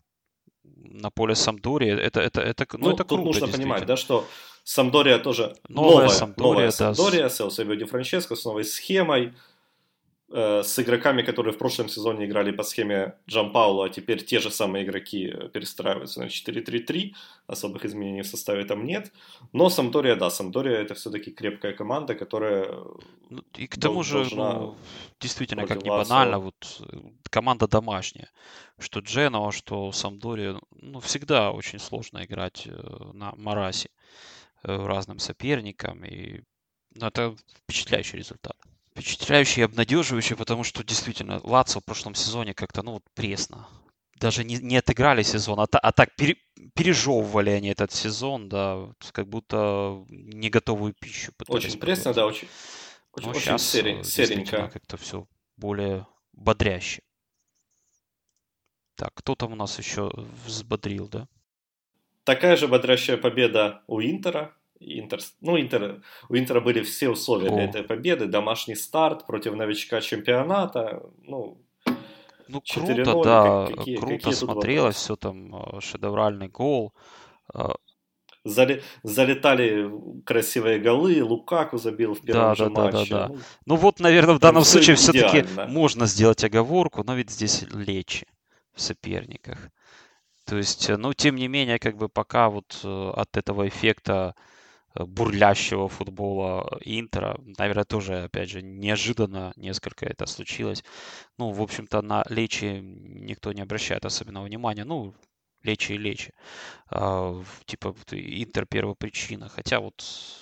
на поле Самдории. Это, это, это, ну, ну это тут круто, нужно понимать, да, что Самдория тоже новая, новая Самдория, новая да, Самдория с Эусебио Ди Франческо, с новой схемой, э, с игроками, которые в прошлом сезоне играли по схеме Джанпауло, а теперь те же самые игроки перестраиваются на четыре три три, особых изменений в составе там нет. Но Самдория, да, Самдория это все-таки крепкая команда, которая ну, и к тому же, должна ну, действительно, как ни Лацио. банально, вот команда домашняя. Что Дженоа, что Самдория, ну, всегда очень сложно играть на Марасе разным соперникам. И ну, это впечатляющий результат. Впечатляющий и обнадеживающий, потому что действительно Лацио в прошлом сезоне как-то, ну, вот пресно. Даже не, не отыграли сезон, а, та, а так пере, пережевывали они этот сезон, да, как будто не готовую пищу пытались. Очень пресно, да, очень, очень, очень сейчас серенько. Действительно как-то все более бодряще. Так, кто там у нас еще взбодрил, да? Такая же бодрящая победа у Интера. Интер, ну, Интер, у Интера были все условия для О, этой победы. Домашний старт против новичка чемпионата. Ну, ну четыре круто, ноль. Как, да, какие, круто какие тут смотрелось, вопросы? все там, э, шедевральный гол. Э, Зали, залетали красивые голы. Лукаку забил в первом Да, же да, да, да, матче. да. Ну, Ну вот, наверное, в прям данном все случае все-таки идеально. можно сделать оговорку, но ведь здесь Лечи в соперниках. То есть, э, ну, тем не менее, как бы пока вот э, от этого эффекта э, бурлящего футбола Интера, наверное, тоже, опять же, неожиданно несколько это случилось. Ну, в общем-то, на Лечи никто не обращает особенного внимания. Ну, Лечи и Лечи. А, в- типа, вот Интер первопричина. Хотя вот,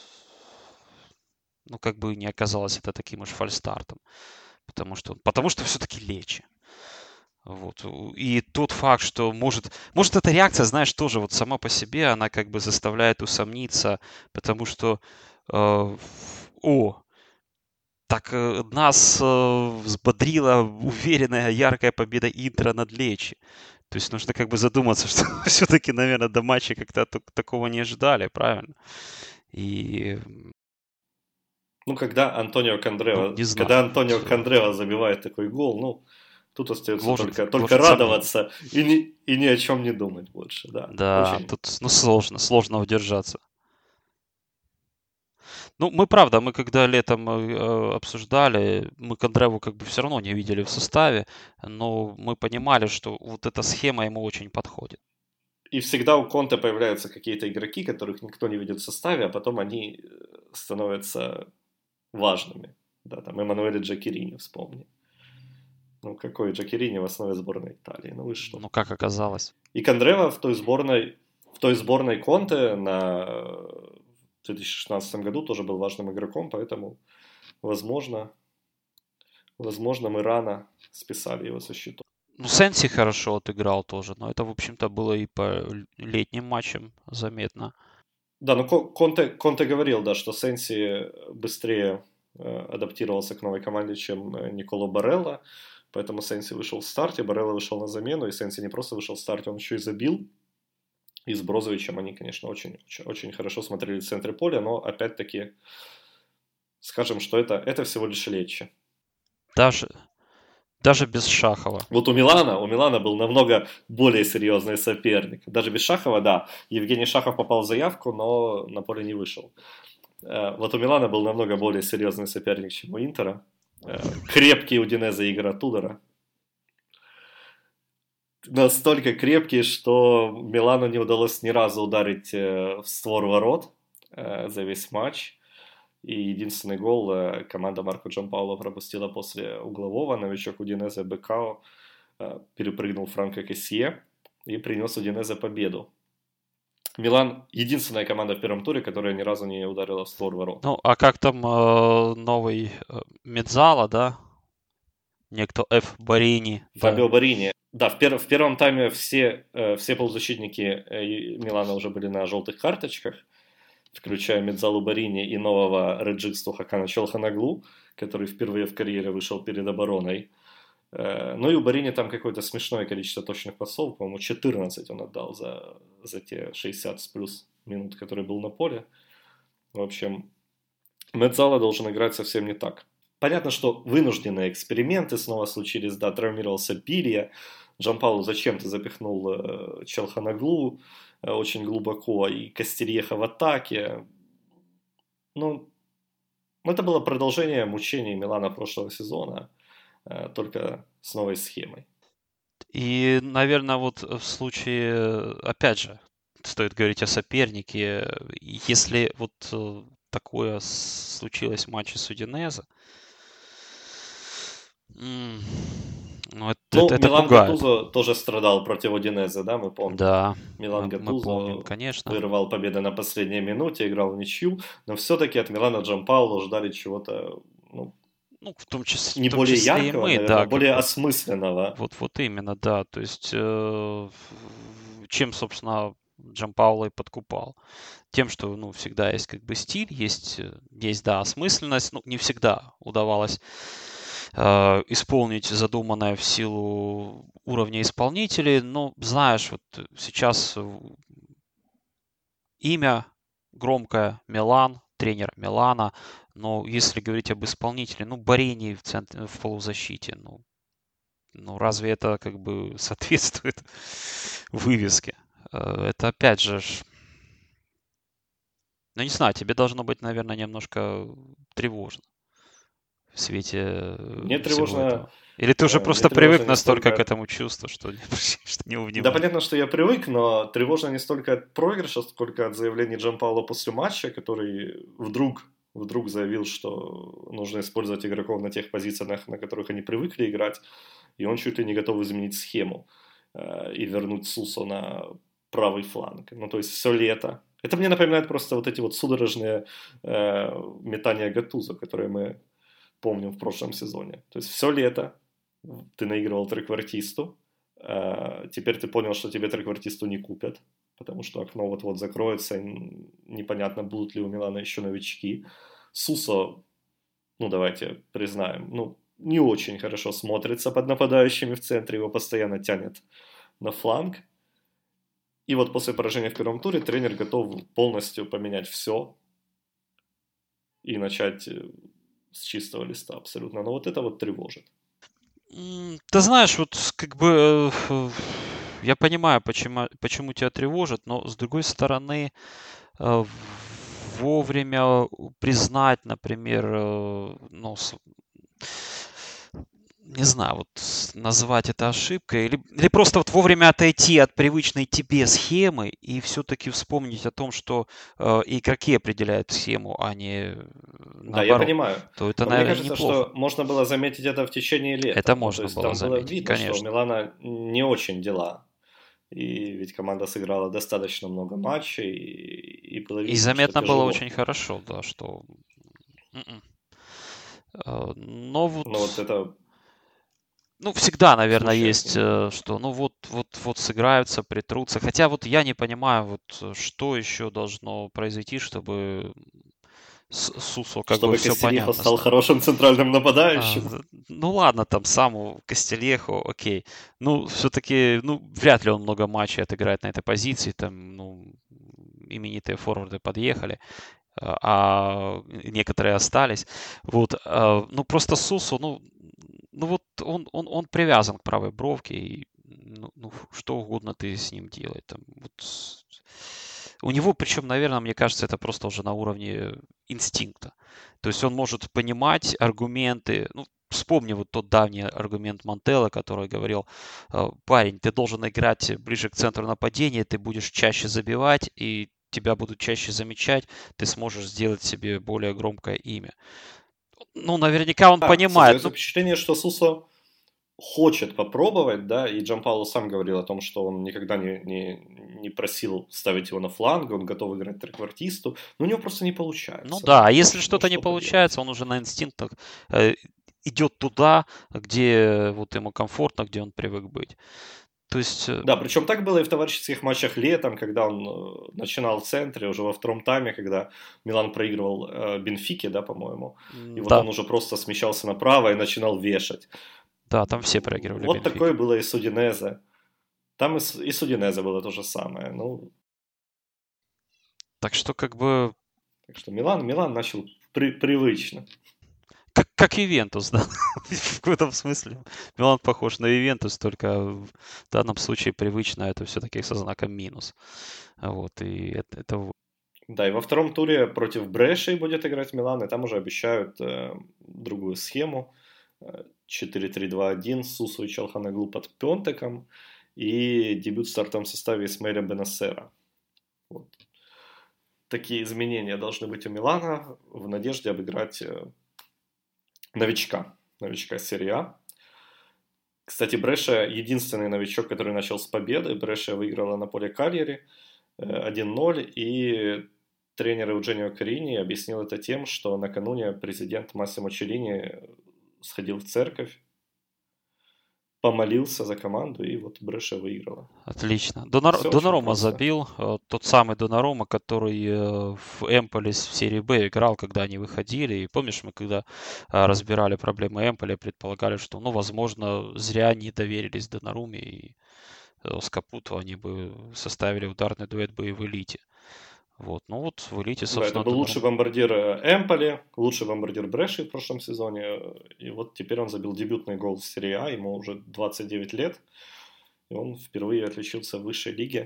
ну, как бы не оказалось это таким уж фальстартом. Потому что, потому что все-таки Лечи. Вот. И тот факт, что может, может эта реакция, знаешь, тоже вот сама по себе, она как бы заставляет усомниться, потому что, э, о, так э, нас э, взбодрила уверенная, яркая победа Интера над Лечи. То есть нужно как бы задуматься, что все-таки, наверное, до матча как-то так- такого не ожидали, правильно? И, Ну, когда Антонио ну, Кандрева, не когда знаю, Антонио вот, э, Кандрева забивает такой гол, ну, тут остается гложет, только, только гложет сомнений. радоваться и ни, и ни о чем не думать больше, да. Да, Очень. тут, ну, сложно, сложно удержаться. Ну, мы, правда, мы когда летом э, обсуждали, мы Кондреву как бы все равно не видели в составе, но мы понимали, что вот эта схема ему очень подходит. И всегда у Конте появляются какие-то игроки, которых никто не видит в составе, а потом они э, становятся важными. Да, там Эммануэле Джакерини вспомни. Ну, какой Джакерини в основе сборной Италии? Ну, вы что? Ну, как оказалось. И Кондрева в той сборной, в той сборной Конте на в две тысячи шестнадцатом году тоже был важным игроком, поэтому, возможно, возможно, мы рано списали его со счетов. Ну, Сенси хорошо отыграл тоже, но это, в общем-то, было и по летним матчам заметно. Да, но Конте, Конте говорил, да, что Сенси быстрее э, адаптировался к новой команде, чем э, Николо Барелла, поэтому Сенси вышел в старте, Барелла вышел на замену, и Сенси не просто вышел в старте, он еще и забил. И с Брозовичем они, конечно, очень, очень, очень хорошо смотрели в центре поля, но опять-таки скажем, что это, это всего лишь Лечи. Даже, даже без Шахова. Вот у Милана, у Милана был намного более серьезный соперник. Даже без Шахова, да, Евгений Шахов попал в заявку, но на поле не вышел. Вот у Милана был намного более серьезный соперник, чем у Интера. Крепкий Удинезе и Игора Тудора. Настолько крепкий, что Милану не удалось ни разу ударить в створ ворот за весь матч. И единственный гол команда Марко Джампаоло пропустила после углового. Новичок Удинезе Бекао перепрыгнул Франко Кассье и принес Удинезе победу. Милан единственная команда в первом туре, которая ни разу не ударила в створ ворот. Ну, а как там э, новый э, Медзала, да? Некто Ф. Барини. Фабио Да. Барини. Да, в, пер- в первом тайме все, э, все полузащитники э, Милана уже были на желтых карточках, включая Медзалу Барини и нового реджисту Хакана Челханаглу, который впервые в карьере вышел перед обороной. Э, ну и у Барини там какое-то смешное количество точных пасов, по-моему, четырнадцать он отдал за, за те шестьдесят с плюс минут, которые был на поле. В общем, Медзала должен играть совсем не так. Понятно, что вынужденные эксперименты снова случились, да, травмировался Пилья, Джампаулу зачем-то запихнул э, Челханаглу э, очень глубоко, и Кастерьеха в атаке. Ну, это было продолжение мучений Милана прошлого сезона, э, только с новой схемой. И, наверное, вот в случае, опять же, стоит говорить о сопернике. Если вот э, такое случилось в матче с Удинезе, м, ну, это, это, Ну, это Милан пугает. Гаттузо тоже страдал против Удинезе, да, мы помним. Да, Милан мы, мы помним, Гаттузо конечно. вырывал победы на последней минуте, играл в ничью, но все-таки от Милана Джампауло ждали чего-то, ну, Ну, в том числе, не в том более числе и яркого, мы, наверное, да, как более вот, осмысленного. вот, вот именно, да. То есть, э, чем, собственно, Джампауло и подкупал. Тем, что, ну, всегда есть как бы стиль, есть, есть, да, осмысленность. Ну, не всегда удавалось э, исполнить задуманное в силу уровня исполнителей. Но, знаешь, вот сейчас имя громкое Милан, тренер Милана, но если говорить об исполнителе, ну, Борини в, центре, в полузащите, ну, ну, разве это как бы соответствует вывеске? Э, Это опять же, ж, ну, не знаю, тебе должно быть, наверное, немножко тревожно в свете Мне э, всего тревожно, этого. Или ты уже э, мне просто тревожно привык не настолько к столько... этому чувству, что не обращаешь на него Да, внимания. понятно, что я привык, но тревожно не столько от проигрыша, сколько от заявлений Джампауло после матча, который вдруг, вдруг заявил, что нужно использовать игроков на тех позициях, на которых они привыкли играть, и он чуть ли не готов изменить схему э, и вернуть Сусо на правый фланг. Ну, то есть все лето. Это мне напоминает просто вот эти вот судорожные э, метания Гатузо, которые мы помним в прошлом сезоне. То есть все лето ты наигрывал треквартисту, э, теперь ты понял, что тебе треквартисту не купят, потому что окно вот-вот закроется, и непонятно, будут ли у Милана еще новички. Сусо, ну давайте признаем, ну не очень хорошо смотрится под нападающими в центре, его постоянно тянет на фланг. И вот после поражения в первом туре тренер готов полностью поменять все и начать э, с чистого листа абсолютно. Но вот это вот тревожит. М, Ты знаешь, вот как бы э, я понимаю, почему, почему тебя тревожит, но с другой стороны, э, вовремя признать, например, э, ну, с- не знаю, вот с- назвать это ошибкой, или, или просто вот вовремя отойти от привычной тебе схемы и все-таки вспомнить о том, что э, игроки определяют схему, а не э, Да, я наоборот, понимаю. то это, Но мне наверное, кажется, неплохо. что можно было заметить это в течение Это лета. Ну, то можно есть было там было заметить, видно, что у конечно. Милана не очень дела. И ведь команда сыграла достаточно много матчей, и, и было И видно, что заметно было тяжело. очень хорошо, да, что... м-м. Э, Но Но вот вот, это ну, всегда, наверное, смущает есть, немного. э, что, ну, вот, вот, вот сыграются, притрутся. Хотя вот я не понимаю, вот, э, что еще должно произойти, чтобы с Сусо как бы Чтобы все Кастильехо понятно стал стало. хорошим центральным А, нападающим. ну ладно, там саму Кастильехо, окей. Ну, все-таки, ну, вряд ли он много матчей отыграет на этой позиции. Там, ну, именитые форварды подъехали. а а некоторые остались. Вот, а, ну просто Сусу, ну, ну вот он, он, он привязан к правой бровке, и ну, ну, что угодно ты с ним делай. Там, вот, с- у него, причем, наверное, мне кажется, это просто уже на уровне инстинкта. То есть он может понимать аргументы. Ну, вспомни вот тот давний аргумент Мантелла, который говорил: «Э, парень, ты должен играть ближе к центру нападения, ты будешь чаще забивать, и тебя будут чаще замечать, ты сможешь сделать себе более громкое имя». Ну, наверняка он Да, понимает. создается Ну, впечатление, что Сусо хочет попробовать, да, и Джампауло сам говорил о том, что он никогда не, не, не просил ставить его на фланг, он готов играть треквартисту, но у него просто не ну получается. да, а если Ну, что-то не что поделать. получается, он уже на инстинктах э, идет туда, где вот ему комфортно, где он привык быть. То есть, э, Да, причем так было и в товарищеских матчах летом, когда он э, начинал в центре, уже во втором тайме, когда Милан проигрывал э, Бенфике, да, по-моему, и м, вот да, он уже просто смещался направо и начинал вешать. да, там все проигрывали Вот такое Бенфике. было и с Удинезе. Там и с, и с Удинезе было то же самое. Ну, Так что как бы так что Милан, Милан начал при, привычно. как, как Ювентус, да, в каком-то смысле. Милан похож на Ювентус, только в данном случае привычно это все-таки со знаком минус. Вот, и это, это вот. Да, и во втором туре против Бреши будет играть Милан, и там уже обещают э, другую схему. Э, четыре три два один, Сусу и Чалханаглу под Пентеком, и дебют в стартовом составе Исмаэля Бенасера. Вот. Такие изменения должны быть у Милана в надежде обыграть э, новичка, новичка серии А. Кстати, Бреша единственный новичок, который начал с победы. Бреша выиграла на поле Кальяри э, один ноль, и тренер Eugenio Карини объяснил это тем, что накануне президент Массимо Челлини сходил в церковь помолился за команду, и вот Брэша выиграла. Отлично. Донар... Всё очень Донарума просто. забил. э, Тот самый Донарума, который э, в Эмполис в серии Б играл, когда они выходили. И помнишь, мы когда а, разбирали проблемы Эмполя, предполагали, что, ну, возможно, зря не доверились Донаруме и э, Скапуту, они бы составили ударный дуэт бы и в элите. Вот. Ну вот в элите, Да, это собственно, был лучший Донарум. бомбардир э, Эмполи, лучший бомбардир Брэши в прошлом сезоне. э, И вот теперь он забил дебютный гол в серии А, ему уже двадцать девять лет. И он впервые отличился в высшей лиге.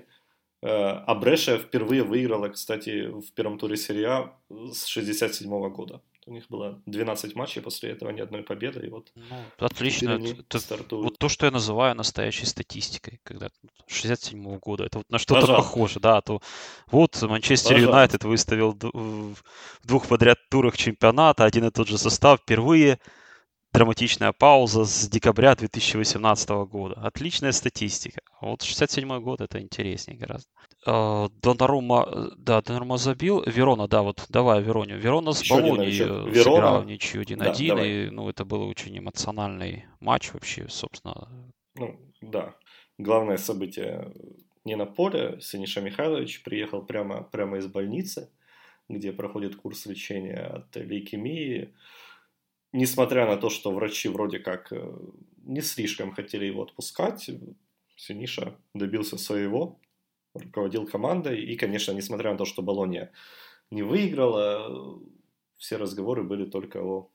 Э, А Брэша впервые выиграла, кстати, в первом туре серии А с шестьдесят седьмого года. У них было двенадцать матчей, после этого ни одной победы. И вот Ну, теперь отлично. Это, они это стартуют. вот то, что я называю настоящей статистикой, когда шестьдесят седьмого года. Это вот на что-то Пожалуйста, похоже, да. То вот Манчестер пожалуйста. Юнайтед выставил д- в в двух подряд турах чемпионата один и тот же состав впервые. Драматичная пауза с декабря две тысячи восемнадцатого года. Отличная статистика. А вот шестьдесят седьмой год это интереснее гораздо. Э, Донарума, э, да, Донарума забил. Верона, да, вот давай Веронию. Верона с Еще один Болонией новичок. э, сыграла в Верона. ничью Да, один-один, давай. и, ну, это был очень эмоциональный матч вообще, собственно. Ну, да. Главное событие не на поле. Синиша Михайлович приехал прямо, прямо из больницы, где проходит курс лечения от лейкемии. Несмотря на то, что врачи вроде как э, не слишком хотели его отпускать, Синиша добился своего, руководил командой. И, конечно, несмотря на то, что Болонья не выиграла, все разговоры были только о,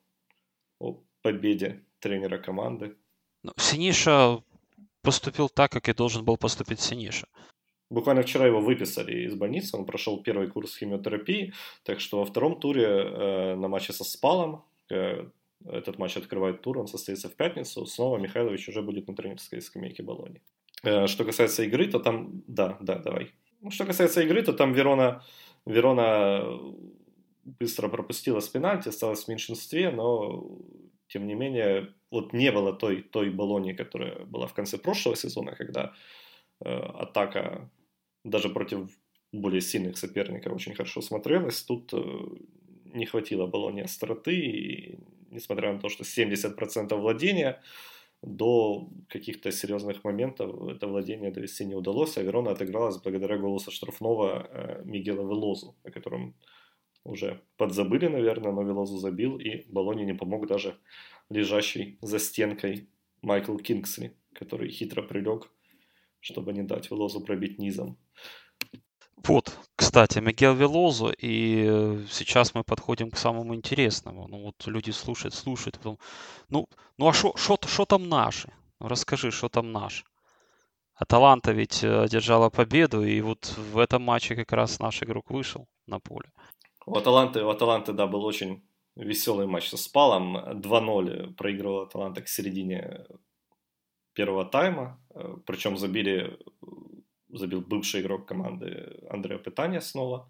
о победе тренера команды. Ну, Синиша поступил так, как и должен был поступить Синиша. Буквально вчера его выписали из больницы, он прошел первый курс химиотерапии, так что во втором туре э, на матче со Спалом, э, этот матч открывает тур, он состоится в пятницу, снова Михайлович уже будет на тренерской скамейке Болоньи. Э, что касается игры, то там, да, да, давай. Ну, что касается игры, то там Верона, Верона быстро пропустила с пенальти, осталась в меньшинстве, но тем не менее, вот не было той, той Болоньи, которая была в конце прошлого сезона, когда э, атака даже против более сильных соперников очень хорошо смотрелась. Тут э, не хватило Болоньи остроты, и несмотря на то, что семьдесят процентов владения, до каких-то серьезных моментов это владение довести не удалось, а Верона отыгралась благодаря голу со штрафного э, Мигела Велозу, о котором уже подзабыли, наверное, но Велозу забил, и Болонье не помог даже лежащий за стенкой Майкл Кингсли, который хитро прилег, чтобы не дать Велозу пробить низом. Вот, кстати, Мигел Велозу, и э, сейчас мы подходим к самому интересному. Ну вот люди слушают, слушают, потом, ну, ну а что там наши? Ну, расскажи, что там наш? Аталанта ведь э, одержала победу, и вот в этом матче как раз наш игрок вышел на поле. У Аталанты, у Аталанты, да, был очень веселый матч со Спалом. два ноль проигрывала Аталанта к середине первого тайма. Причем забили, забил бывший игрок команды Андреа Петанья снова.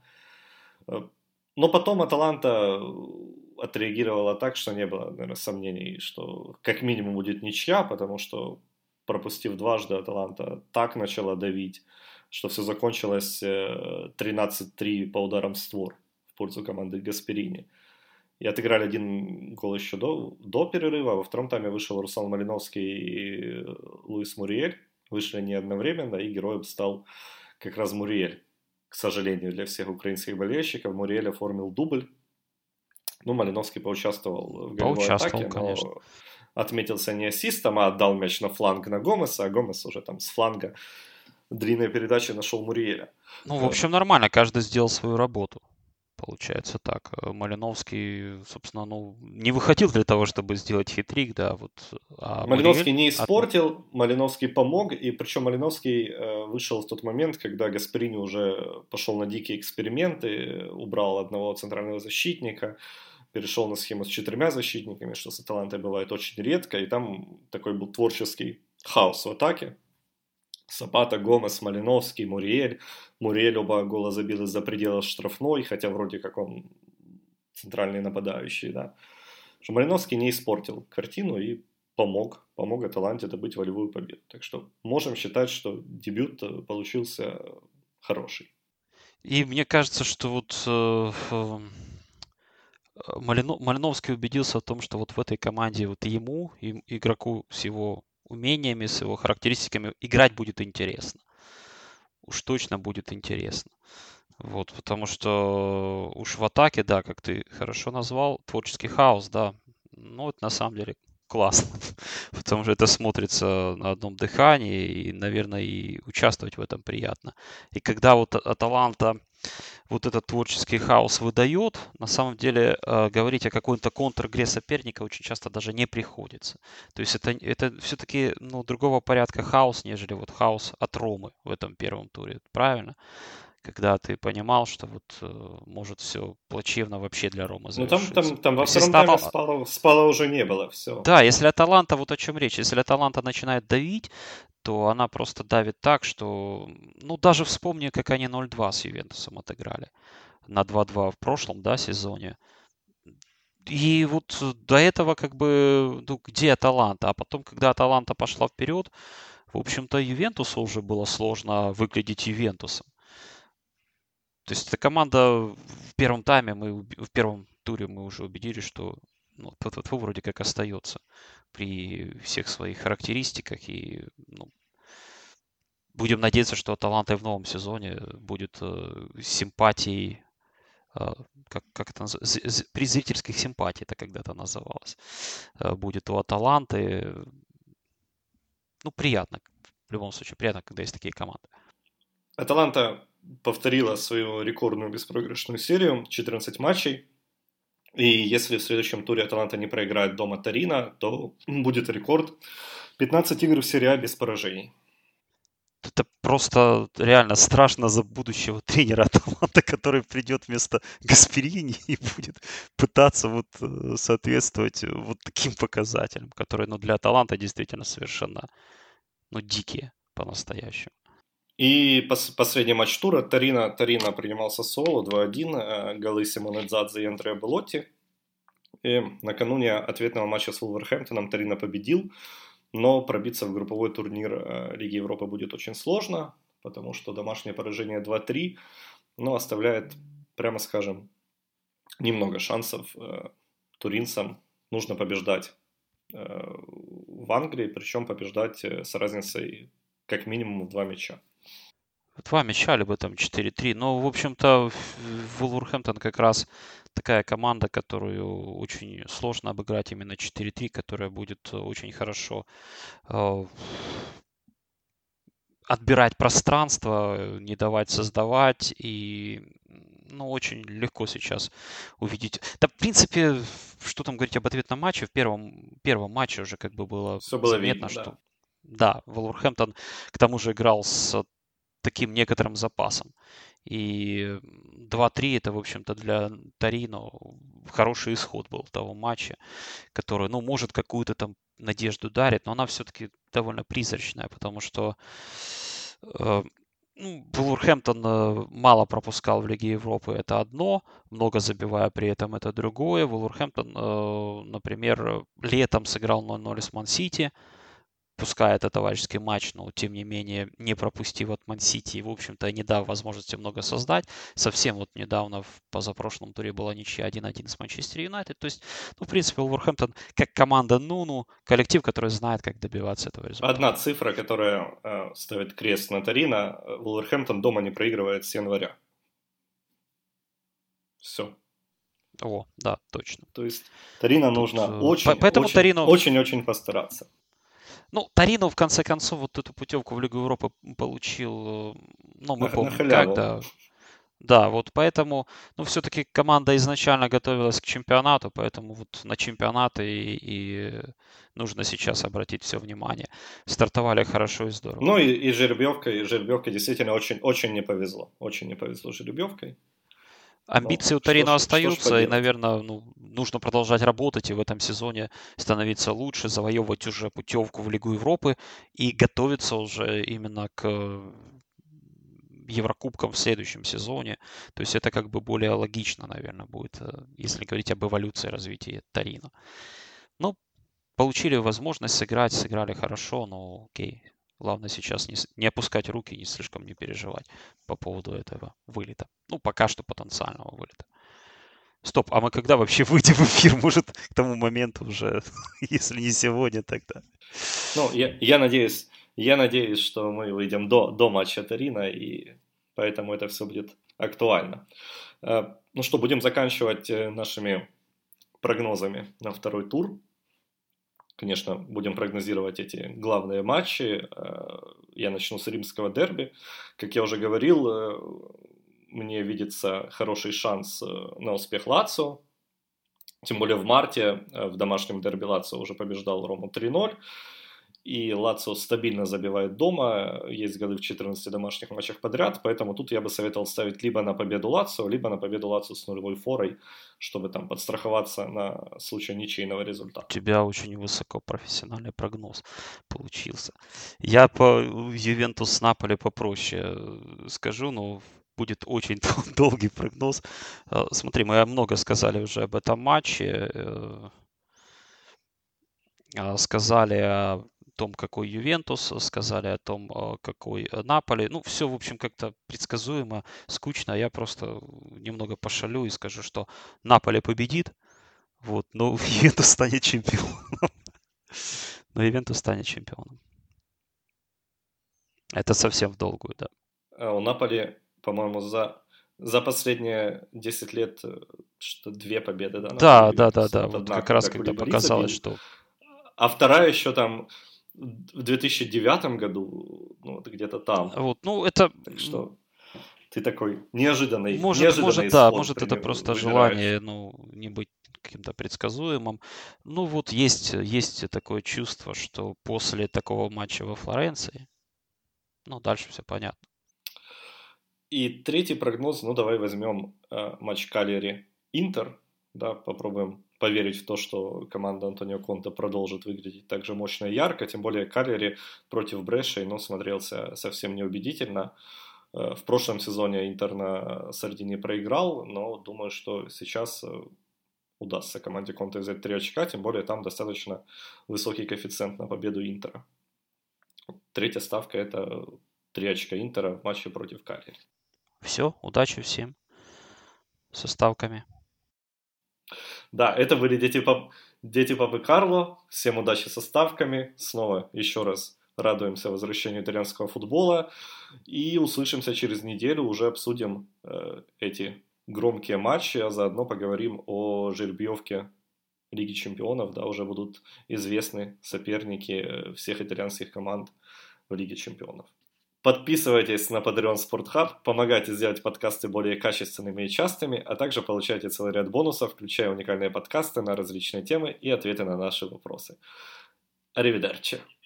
Но потом Аталанта отреагировала так, что не было, наверное, сомнений, что как минимум будет ничья, потому что, пропустив дважды, Аталанта так начала давить, что все закончилось тринадцать три по ударам в створ в пользу команды Гасперини. И отыграли один гол еще до, до перерыва. Во втором тайме вышел Руслан Малиновский и Луис Муриэль. Вышли не одновременно, и героем стал как раз Муриэль. К сожалению, для всех украинских болельщиков Муриэль оформил дубль. Ну, Малиновский поучаствовал в голевой Поучаствовал, атаке, конечно. но отметился не ассистом, а отдал мяч на фланг на Гомеса, а Гомес уже там с фланга длинной передачи нашел Муриэля. Ну, в общем, нормально, каждый сделал свою работу. Получается так. Малиновский, собственно, ну, не выходил для того, чтобы сделать хитрик, да, вот. А Малиновский Муриэль не от- испортил, Малиновский помог, и причем Малиновский э, вышел в тот момент, когда Гасперини уже пошел на дикие эксперименты, убрал одного центрального защитника, перешел на схему с четырьмя защитниками, что с Аталантой бывает очень редко, и там такой был творческий хаос в атаке. Сапата, Гомес, Малиновский, Муриэль. Муриэль оба гола забил из-за пределов штрафной, хотя вроде как он центральный нападающий, да. Что Малиновский не испортил картину и помог, помог Аталанте добыть волевую победу. Так что можем считать, что дебют получился хороший. И мне кажется, что вот э, э, Малино- Малиновский убедился в том, что вот в этой команде вот ему, и игроку с его умениями, с его характеристиками играть будет интересно. Уж точно будет интересно. Вот, потому что уж в атаке, да, как ты хорошо назвал, творческий хаос, да, ну, это на самом деле классно, потому что это смотрится на одном дыхании, и, наверное, и участвовать в этом приятно. И когда вот Аталанта вот этот творческий хаос выдает, на самом деле э, говорить о какой-то контр-игре соперника очень часто даже не приходится. То есть это, это все-таки ну, другого порядка хаос, нежели вот хаос от Ромы в этом первом туре, правильно? Когда ты понимал, что вот э, может все плачевно вообще для Ромы Ну там, завершиться. там, там То во есть, если втором тайме Атал- спала, спала уже не было, все. да, если Аталанта, вот о чем речь, если Аталанта начинает давить, то она просто давит так, что, ну, даже вспомни, как они ноль два с Ювентусом отыграли на два-два в прошлом, да, сезоне. И вот до этого как бы, ну, где Аталанта? А потом, когда Аталанта пошла вперед, в общем-то, Ювентусу уже было сложно выглядеть Ювентусом. То есть эта команда в первом тайме, мы в первом туре мы уже убедились, что ну, тьфу-тьфу, вроде как остается при всех своих характеристиках. И ну, будем надеяться, что Аталанта и в новом сезоне будет э, симпатией, э, как, как это называется, при зрительских симпатий это когда-то называлось, э, будет у Аталанты. Ну, приятно, в любом случае, приятно, когда есть такие команды. Аталанта повторила свою рекордную беспроигрышную серию, четырнадцать матчей. И если в следующем туре Аталанта не проиграет дома Торино, то будет рекорд пятнадцать игр в серии А без поражений. Это просто реально страшно за будущего тренера Аталанта, который придет вместо Гасперини и будет пытаться вот э, соответствовать вот таким показателям, которые ну, для Аталанта действительно совершенно ну, дикие по-настоящему. И пос- последний матч тура Торино, Торино принимал Сассуоло два-один, э, голы Симоне Дзадзе и Андреа Белотти. И накануне ответного матча с Вулверхэмптоном Торино победил, но пробиться в групповой турнир э, Лиги Европы будет очень сложно, потому что домашнее поражение два-три, но оставляет, прямо скажем, немного шансов э, туринцам. Нужно побеждать э, в Англии, причем побеждать э, с разницей как минимум в два мяча. Два мяча, либо там четыре-три. Но, в общем-то, Вулверхэмптон как раз такая команда, которую очень сложно обыграть именно четыре-три, которая будет очень хорошо э, отбирать пространство, не давать создавать. И ну, очень легко сейчас увидеть. Да, в принципе, что там говорить об ответном матче, в первом, первом матче уже как бы было Все было заметно, видно, что да. да, Вулверхэмптон к тому же играл с таким некоторым запасом. И два-три это, в общем-то, для Торино хороший исход был того матча, который, ну, может какую-то там надежду дарит, но она все-таки довольно призрачная, потому что э, ну, Вулверхэмптон э, мало пропускал в Лиге Европы, это одно, много забивая при этом это другое. Вулверхэмптон, э, например, летом сыграл ноль-ноль с Ман-Сити, пускай это товарищеский матч, но тем не менее не пропустив от Ман-Сити и, в общем-то, не дав возможности много создать. Совсем вот недавно в позапрошлом туре была ничья один-один с Манчестер Юнайтед. То есть, ну, в принципе, Вулверхэмптон как команда Нуну, коллектив, который знает, как добиваться этого результата. Одна цифра, которая э, ставит крест на Торино. Вулверхэмптон дома не проигрывает с января. Все. О, да, точно. То есть Торино Тут, нужно э, очень, поэтому очень, Торино... очень, очень постараться. Ну, Торино, в конце концов, вот эту путевку в Лигу Европы получил, э, ну, мы На, на помним, халяву. как, да. Да, вот поэтому, ну, все-таки команда изначально готовилась к чемпионату, поэтому вот на чемпионат и, и нужно сейчас обратить все внимание. Стартовали хорошо и здорово. Ну и, и жеребьевка, и жеребьевка действительно очень, очень не повезло. Очень не повезло жеребьевкой. Амбиции Ну, у что Торино ж, что ж остаются, и, поделать. наверное, ну, нужно продолжать работать и в этом сезоне становиться лучше, завоевывать уже путевку в Лигу Европы и готовиться уже именно к Еврокубкам в следующем сезоне. То есть это как бы более логично, наверное, будет, если говорить об эволюции развития Торино. Ну, получили возможность сыграть, сыграли хорошо, но окей. Главное сейчас не, не опускать руки, не слишком не переживать по поводу этого вылета. Ну, пока что потенциального вылета. Стоп, а мы когда вообще выйдем в эфир? Может, к тому моменту уже, если не сегодня, тогда. Ну, я, я надеюсь, я надеюсь, что мы выйдем до, до матча Торино, и поэтому это все будет актуально. Э, Ну что, будем заканчивать э, нашими прогнозами на второй тур. Конечно, будем прогнозировать эти главные матчи. Э, Я начну с римского дерби. Как я уже говорил, э, мне видится хороший шанс э, на успех Лацио. Тем более в марте э, в домашнем дерби Лацио уже побеждал Рому три ноль. И Лацио стабильно забивает дома, есть голы в четырнадцати домашних матчах подряд, поэтому тут я бы советовал ставить либо на победу Лацио, либо на победу Лацио с нулевой форой, чтобы там подстраховаться на случай ничейного результата. У тебя очень высокопрофессиональный прогноз получился. Я по Ювентус с Наполи попроще э, скажу, но будет очень долгий прогноз. Э, Смотри, мы много сказали уже об этом матче. э, а, Сказали о том, какой Ювентус, сказали о том, э, какой э, Наполи. Ну, все, в общем, как-то предсказуемо, скучно. Я просто немного пошалю и скажу, что Наполи победит, вот, но Ювентус станет чемпионом. Но Ювентус станет чемпионом. Это совсем в долгую, да. А у Наполи, по-моему, за, за последние десять лет э, что две победы, да, Да, над да, да, Ювентусом. да. Вот Вот одна, как раз когда когда Кулибали показалось, забил, что а вторая еще там в две тысячи девятом году, ну, вот где-то там. вот, ну, это Так м, что ты такой неожиданный, может, неожиданный может, да, исход может, это пример- просто выбираешь. желание, ну, не быть каким-то предсказуемым. Ну, вот есть, есть такое чувство, что после такого матча во Флоренции, ну, дальше все понятно. И третий прогноз, ну давай возьмем э, матч Кальяри-Интер, да, попробуем поверить в то, что команда Антонио Конте продолжит выглядеть так же мощно и ярко, тем более Кальяри против Бреши, ну, смотрелся совсем неубедительно. Э, В прошлом сезоне Интер на Сардинии проиграл, но думаю, что сейчас э, удастся команде Конте взять три очка, тем более там достаточно высокий коэффициент на победу Интера. Третья ставка – это три очка Интера в матче против Кальяри. Все, удачи всем со ставками. Да, это были дети, пап... дети Папы Карло. Всем удачи со ставками. Снова еще раз радуемся возвращению итальянского футбола. И услышимся через неделю. Уже обсудим э, эти громкие матчи, а заодно поговорим о жеребьевке Лиги Чемпионов. Да, уже будут известны соперники всех итальянских команд в Лиге Чемпионов. Подписывайтесь на Patreon Sport Hub, помогайте сделать подкасты более качественными и частыми, а также получайте целый ряд бонусов, включая уникальные подкасты на различные темы и ответы на наши вопросы. Аривидерчи!